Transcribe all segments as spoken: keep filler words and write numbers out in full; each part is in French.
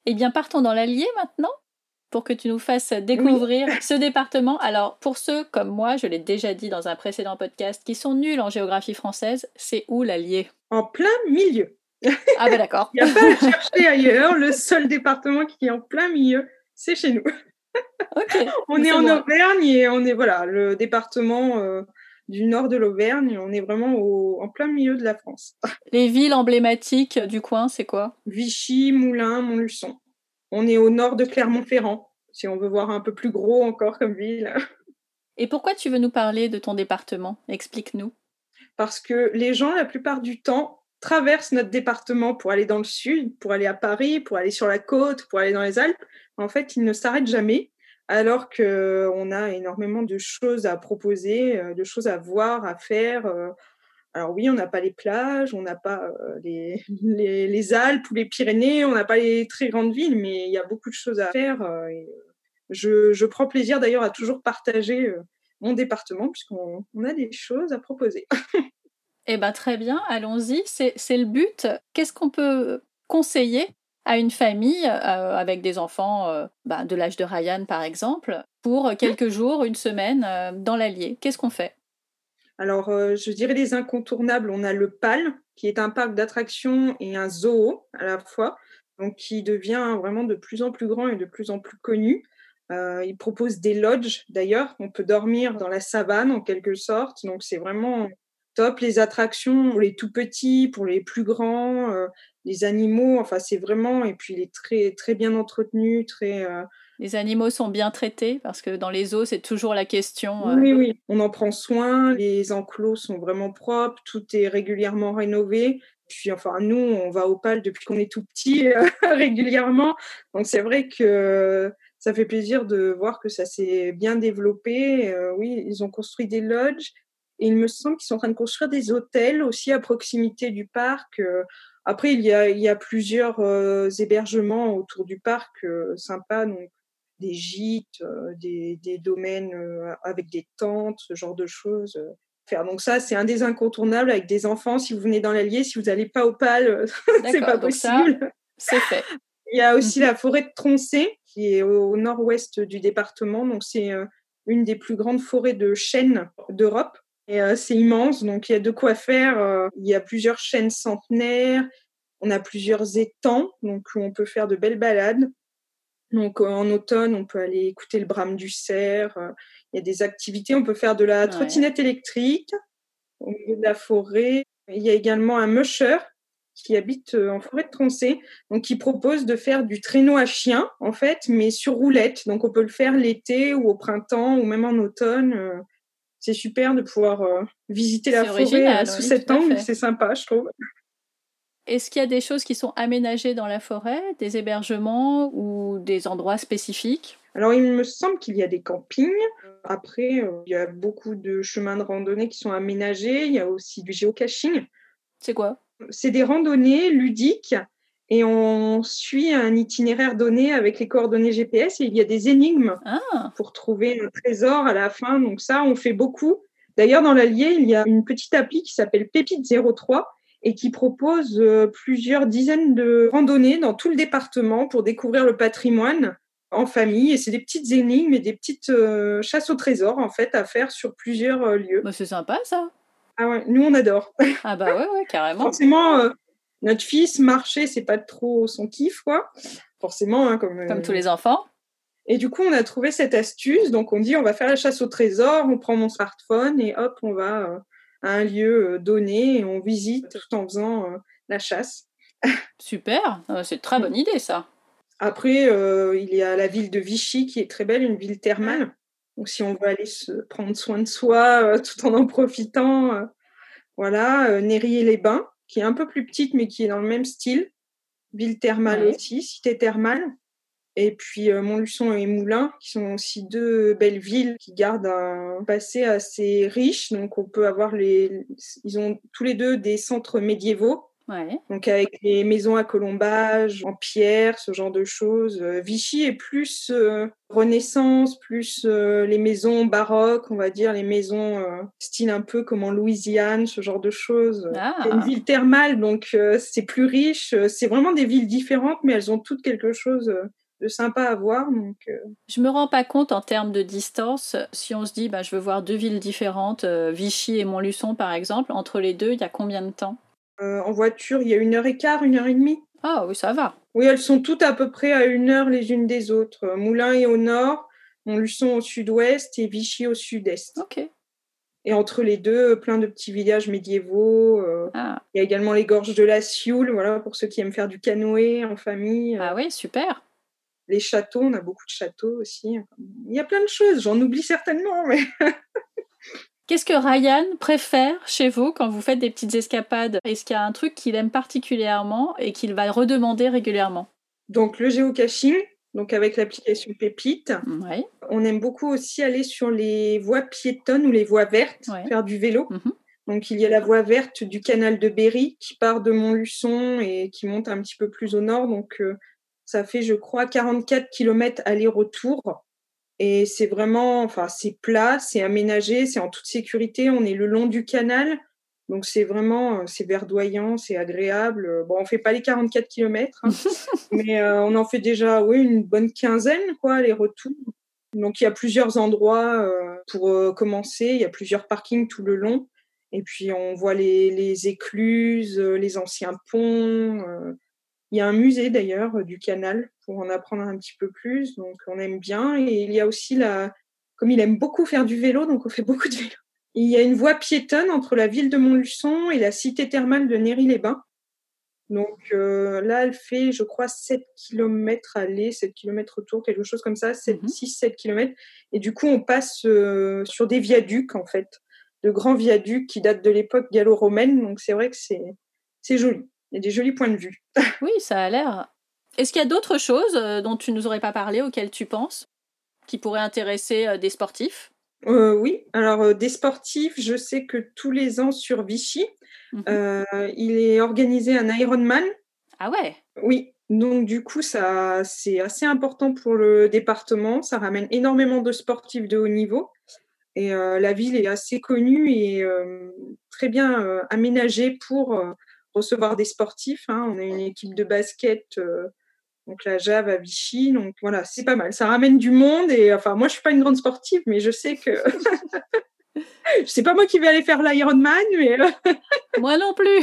Eh bien, partons dans l'Allier maintenant pour que tu nous fasses découvrir oui. ce département. Alors, pour ceux comme moi, je l'ai déjà dit dans un précédent podcast, qui sont nuls en géographie française, c'est où l'Allier ? En plein milieu. Ah ben d'accord. Il n'y a pas à chercher ailleurs. Le seul département qui est en plein milieu, c'est chez nous. Ok. On est en bon. Auvergne et on est, voilà, le département euh, du nord de l'Auvergne. On est vraiment au, en plein milieu de la France. Les villes emblématiques du coin, c'est quoi ? Vichy, Moulins, Montluçon. On est au nord de Clermont-Ferrand, si on veut voir un peu plus gros encore comme ville. Et pourquoi tu veux nous parler de ton département ? Explique-nous. Parce que les gens, la plupart du temps, traversent notre département pour aller dans le sud, pour aller à Paris, pour aller sur la côte, pour aller dans les Alpes. En fait, ils ne s'arrêtent jamais, alors qu'on a énormément de choses à proposer, de choses à voir, à faire. Alors oui, on n'a pas les plages, on n'a pas les, les, les Alpes ou les Pyrénées, on n'a pas les très grandes villes, mais il y a beaucoup de choses à faire. Et je, je prends plaisir d'ailleurs à toujours partager mon département, puisqu'on on a des choses à proposer. Eh bien, très bien, allons-y, c'est, c'est le but. Qu'est-ce qu'on peut conseiller à une famille euh, avec des enfants euh, bah, de l'âge de Ryan, par exemple, pour quelques jours, une semaine euh, dans l'Allier ? Qu'est-ce qu'on fait ? Alors, euh, je dirais les incontournables. On a le P A L, qui est un parc d'attractions et un zoo à la fois, donc qui devient vraiment de plus en plus grand et de plus en plus connu. Euh, il propose des lodges, d'ailleurs. On peut dormir dans la savane, en quelque sorte. Donc, c'est vraiment top. Les attractions pour les tout petits, pour les plus grands, euh, les animaux. Enfin, c'est vraiment... Et puis, il est très, très bien entretenu, très... Euh... Les animaux sont bien traités, parce que dans les zoos, c'est toujours la question. Euh... Oui, oui. On en prend soin. Les enclos sont vraiment propres. Tout est régulièrement rénové. Puis, enfin, nous, on va au P A L depuis qu'on est tout petit, euh, régulièrement. Donc, c'est vrai que... Ça fait plaisir de voir que ça s'est bien développé. Euh, oui, ils ont construit des lodges et il me semble qu'ils sont en train de construire des hôtels aussi à proximité du parc. Euh, après, il y a, il y a plusieurs euh, hébergements autour du parc euh, sympas, donc des gîtes, euh, des, des domaines euh, avec des tentes, ce genre de choses. Euh, faire. Donc ça, c'est un des incontournables avec des enfants. Si vous venez dans l'Allier, si vous n'allez pas au P A L, c'est pas possible. Ça, c'est fait. Il y a aussi la forêt de Troncé, qui est au nord-ouest du département. Donc, c'est une des plus grandes forêts de chênes d'Europe. Et euh, c'est immense, donc il y a de quoi faire. Euh, il y a plusieurs chênes centenaires. On a plusieurs étangs, donc on peut faire de belles balades. Donc, euh, en automne, on peut aller écouter le brame du cerf. Euh, il y a des activités. On peut faire de la trottinette ouais. électrique au milieu de la forêt. Il y a également un musher qui habite en forêt de Troncé, donc qui propose de faire du traîneau à chien, en fait, mais sur roulette. Donc, on peut le faire l'été ou au printemps ou même en automne. C'est super de pouvoir euh, visiter c'est la forêt original, sous oui, cet angle. C'est sympa, je trouve. Est-ce qu'il y a des choses qui sont aménagées dans la forêt, des hébergements ou des endroits spécifiques ? Alors, il me semble qu'il y a des campings. Après, euh, il y a beaucoup de chemins de randonnée qui sont aménagés. Il y a aussi du géocaching. C'est quoi ? C'est des randonnées ludiques et on suit un itinéraire donné avec les coordonnées G P S et il y a des énigmes ah. pour trouver un trésor à la fin. Donc ça, on fait beaucoup. D'ailleurs, dans l'Allier, il y a une petite appli qui s'appelle Pépite zéro trois et qui propose euh, plusieurs dizaines de randonnées dans tout le département pour découvrir le patrimoine en famille. Et c'est des petites énigmes et des petites euh, chasses au trésor, en fait, à faire sur plusieurs euh, lieux. Bah, c'est sympa, ça. Ah ouais, nous, on adore. Ah bah ouais, ouais, carrément. Forcément, euh, notre fils, marcher, c'est pas trop son kiff, quoi. Forcément, hein, comme... Euh... Comme tous les enfants. Et du coup, on a trouvé cette astuce. Donc, on dit, on va faire la chasse au trésor, on prend mon smartphone et hop, on va euh, à un lieu euh, donné et on visite tout en faisant euh, la chasse. Super, euh, c'est une très bonne idée, ça. Après, euh, il y a la ville de Vichy qui est très belle, une ville thermale. Donc, si on veut aller se prendre soin de soi euh, tout en en profitant... Euh, Voilà, euh, Néry-les-Bains, qui est un peu plus petite, mais qui est dans le même style. Ville thermale ouais. aussi, cité thermale. Et puis euh, Montluçon et Moulins, qui sont aussi deux belles villes qui gardent un passé assez riche. Donc on peut avoir les... Ils ont tous les deux des centres médiévaux. Ouais. Donc avec les maisons à colombages, en pierre, ce genre de choses. Euh, Vichy est plus euh, Renaissance, plus euh, les maisons baroques, on va dire, les maisons euh, style un peu comme en Louisiane, ce genre de choses. C'est une Ah, ville thermale, donc euh, c'est plus riche. C'est vraiment des villes différentes, mais elles ont toutes quelque chose euh, de sympa à voir. Donc, euh, je me rends pas compte en termes de distance. Si on se dit, bah, je veux voir deux villes différentes, euh, Vichy et Montluçon par exemple, entre les deux, il y a combien de temps? euh, en voiture, il y a une heure et quart, une heure et demie. Ah oui, ça va. Oui, elles sont toutes à peu près à une heure les unes des autres. Moulins est au nord, Montluçon au sud-ouest et Vichy au sud-est. Ok. Et entre les deux, plein de petits villages médiévaux. Euh, Ah, il y a également les gorges de la Sioule, voilà, pour ceux qui aiment faire du canoë en famille. ah Euh, oui, super. les châteaux, on a beaucoup de châteaux aussi. Il y a plein de choses, j'en oublie certainement, mais Qu'est-ce que Ryan préfère chez vous quand vous faites des petites escapades? Est-ce qu'il y a un truc qu'il aime particulièrement et qu'il va redemander régulièrement? donc le géocaching, donc avec l'application Pépite. Oui, On aime beaucoup aussi aller sur les voies piétonnes ou les voies vertes, ouais. faire du vélo. Mhm. Donc il y a la voie verte du canal de Berry qui part de Montluçon et qui monte un petit peu plus au nord. Donc euh, ça fait, je crois, quarante-quatre kilomètres aller-retour. Et c'est vraiment, enfin, c'est plat, c'est aménagé, c'est en toute sécurité. On est le long du canal. Donc c'est vraiment, euh, c'est verdoyant, c'est agréable. Bon, on fait pas les quarante-quatre kilomètres, hein, mais euh, on en fait déjà, oui, une bonne quinzaine, quoi, aller-retour. Donc il y a plusieurs endroits euh, pour euh, commencer. Il y a plusieurs parkings tout le long. Et puis on voit les, les écluses, euh, les anciens ponts. Euh, il y a un musée d'ailleurs euh, du canal pour en apprendre un petit peu plus. Donc on aime bien. Et il y a aussi la, comme il aime beaucoup faire du vélo, donc on fait beaucoup de vélo. Il y a une voie piétonne entre la ville de Montluçon et la cité thermale de Néry-les-Bains. Donc euh, là, elle fait, je crois, sept kilomètres aller, sept kilomètres retour, quelque chose comme ça, Mhm. six sept kilomètres. Et du coup, on passe euh, sur des viaducs, en fait, de grands viaducs qui datent de l'époque gallo-romaine. Donc c'est vrai que c'est, c'est joli. Il y a des jolis points de vue. Oui, ça a l'air. Est-ce qu'il y a d'autres choses euh, dont tu nous aurais pas parlé, auxquelles tu penses, qui pourraient intéresser euh, des sportifs? Euh, oui, alors euh, des sportifs, je sais que tous les ans sur Vichy, Mhm. euh, il est organisé un Ironman. Ah ouais. Oui, donc du coup, ça, c'est assez important pour le département. Ça ramène énormément de sportifs de haut niveau. Et euh, la ville est assez connue et euh, très bien euh, aménagée pour euh, recevoir des sportifs, hein. On a une équipe de basket, euh, donc la Jave à Vichy. Donc voilà, c'est pas mal. Ça ramène du monde. Et enfin, moi, je suis pas une grande sportive, mais je sais que c'est pas moi qui vais aller faire l'Ironman, mais, euh, Moi non plus.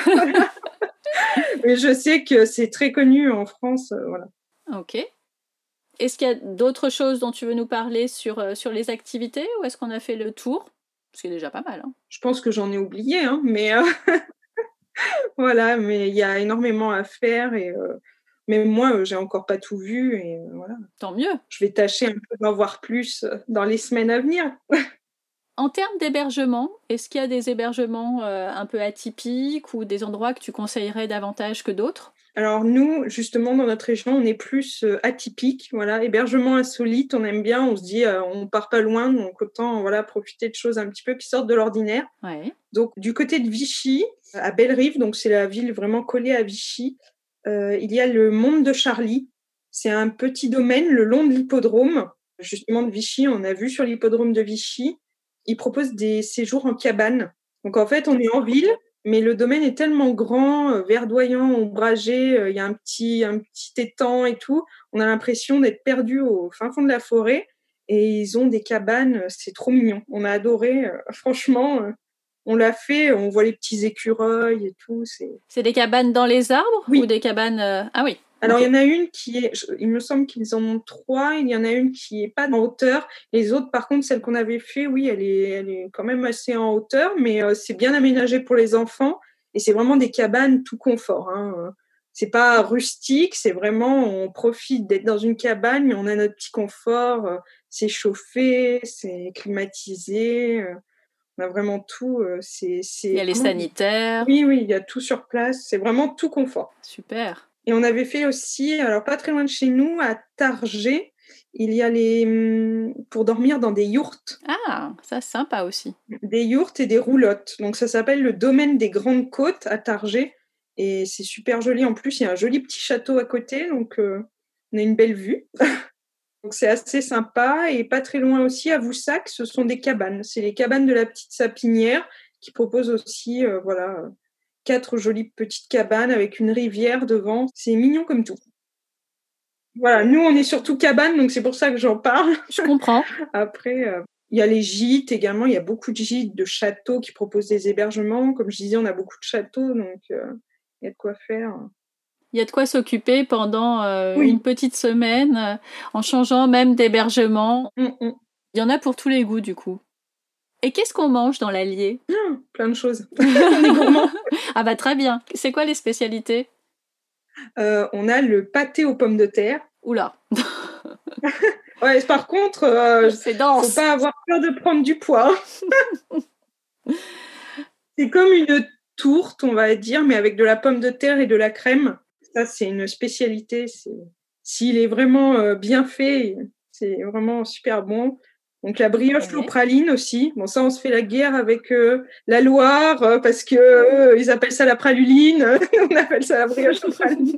mais je sais que c'est très connu en France. Euh, voilà. Ok. Est-ce qu'il y a d'autres choses dont tu veux nous parler sur, euh, sur les activités ou est-ce qu'on a fait le tour? Ce qui est déjà pas mal. Hein. Je pense que j'en ai oublié, hein, mais euh, voilà, mais il y a énormément à faire et euh, même moi, euh, j'ai encore pas tout vu et euh, voilà. Tant mieux. Je vais tâcher un peu d'en voir plus euh, dans les semaines à venir. En termes d'hébergement, est-ce qu'il y a des hébergements euh, un peu atypiques ou des endroits que tu conseillerais davantage que d'autres? Alors nous, justement, dans notre région, on est plus euh, atypique, voilà, hébergement insolite, on aime bien, on se dit, euh, on part pas loin, donc autant voilà profiter de choses un petit peu qui sortent de l'ordinaire. Ouais. Donc du côté de Vichy, à Bellerive, donc c'est la ville vraiment collée à Vichy, euh, il y a le Monde de Charlie. C'est un petit domaine le long de l'hippodrome, justement de Vichy. On a vu sur l'hippodrome de Vichy, ils proposent des séjours en cabane. Donc en fait, on est en ville, mais le domaine est tellement grand, euh, verdoyant, ombragé, euh, il y a un petit, un petit étang et tout. On a l'impression d'être perdu au fin fond de la forêt. Et ils ont des cabanes, c'est trop mignon. On a adoré, euh, franchement. Euh, on l'a fait, on voit les petits écureuils et tout. C'est... C'est des cabanes dans les arbres ou Oui. des cabanes... euh, Ah oui. Alors, Okay. il y en a une qui est, il me semble qu'ils en ont trois, il y en a une qui est pas en hauteur. Les autres, par contre, celle qu'on avait fait, oui, elle est, elle est quand même assez en hauteur, mais euh, c'est bien aménagé pour les enfants et c'est vraiment des cabanes tout confort, hein. C'est pas rustique, c'est vraiment, on profite d'être dans une cabane, mais on a notre petit confort, euh, c'est chauffé, c'est climatisé, euh, on a vraiment tout. Euh, c'est, c'est Il y a les vraiment... sanitaires. Oui, oui, il y a tout sur place, c'est vraiment tout confort. Super. Et on avait fait aussi, alors pas très loin de chez nous, à Targé, il y a les, pour dormir dans des yourtes. Ah, ça c'est sympa aussi. Des yourtes et des roulottes. Donc ça s'appelle le domaine des Grandes Côtes à Targé. Et c'est super joli. En plus, il y a un joli petit château à côté, donc euh, on a une belle vue. Donc c'est assez sympa. Et pas très loin aussi, à Voussac, ce sont des cabanes. C'est les cabanes de la Petite Sapinière qui proposent aussi euh, voilà, quatre jolies petites cabanes avec une rivière devant. C'est mignon comme tout. Voilà, nous, on est surtout cabane, donc c'est pour ça que j'en parle. Je comprends. Après, euh, il y a les gîtes également. Il y a beaucoup de gîtes, de châteaux qui proposent des hébergements. Comme je disais, on a beaucoup de châteaux, donc euh, il y a de quoi faire. Il y a de quoi s'occuper pendant euh, Oui. une petite semaine, euh, en changeant même d'hébergement. Mm, mm. Il y en a pour tous les goûts, du coup. Et qu'est-ce qu'on mange dans l'Allier? Ah, plein de choses. On est gourmands. Ah bah très bien. C'est quoi les spécialités? Euh, on a le pâté aux pommes de terre. Oula. Ouais, par contre, euh, c'est dense. Faut pas avoir peur de prendre du poids. C'est comme une tourte, on va dire, mais avec de la pomme de terre et de la crème. Ça, c'est une spécialité. C'est... S'il est vraiment euh, bien fait, c'est vraiment super bon. Donc la brioche Ouais. aux pralines aussi. Bon, ça, on se fait la guerre avec euh, la Loire euh, parce que euh, ils appellent ça la praluline. On appelle ça la brioche aux pralines.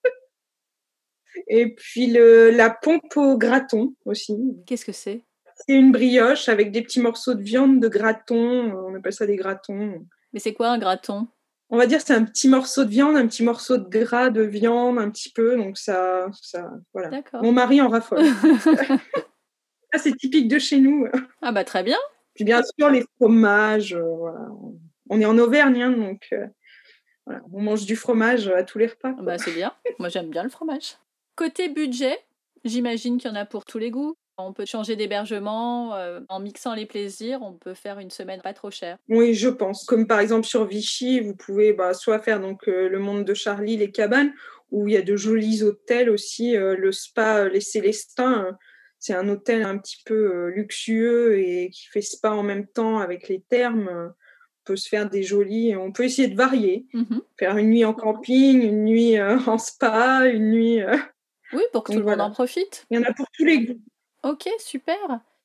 Et puis le, la pompe au graton aussi. Qu'est-ce que c'est? C'est une brioche avec des petits morceaux de viande de graton. On appelle ça des gratons. Mais c'est quoi un graton? On va dire que c'est un petit morceau de viande, un petit morceau de gras de viande, un petit peu. Donc ça, ça voilà. D'accord. Mon mari en raffole. Ça, c'est typique de chez nous. Ah bah très bien. Puis bien sûr, les fromages. Euh, voilà. On est en Auvergne, hein, donc euh, voilà. On mange du fromage à tous les repas. Quoi. Bah c'est bien. Moi, j'aime bien le fromage. Côté budget, j'imagine qu'il y en a pour tous les goûts. On peut changer d'hébergement, euh, en mixant les plaisirs, on peut faire une semaine pas trop chère. Oui, je pense. Comme par exemple sur Vichy, vous pouvez bah, soit faire donc euh, le Monde de Charlie, les cabanes, où il y a de jolis hôtels aussi, euh, le spa euh, Les Célestins. Euh, c'est un hôtel un petit peu euh, luxueux et qui fait spa en même temps avec les thermes. Euh, on peut se faire des jolis. On peut essayer de varier, mm-hmm. Faire une nuit en camping, une nuit euh, en spa, une nuit. Euh... Oui, pour que donc, tout le voilà. monde en profite. Il y en a pour tous les goûts. Ok, super.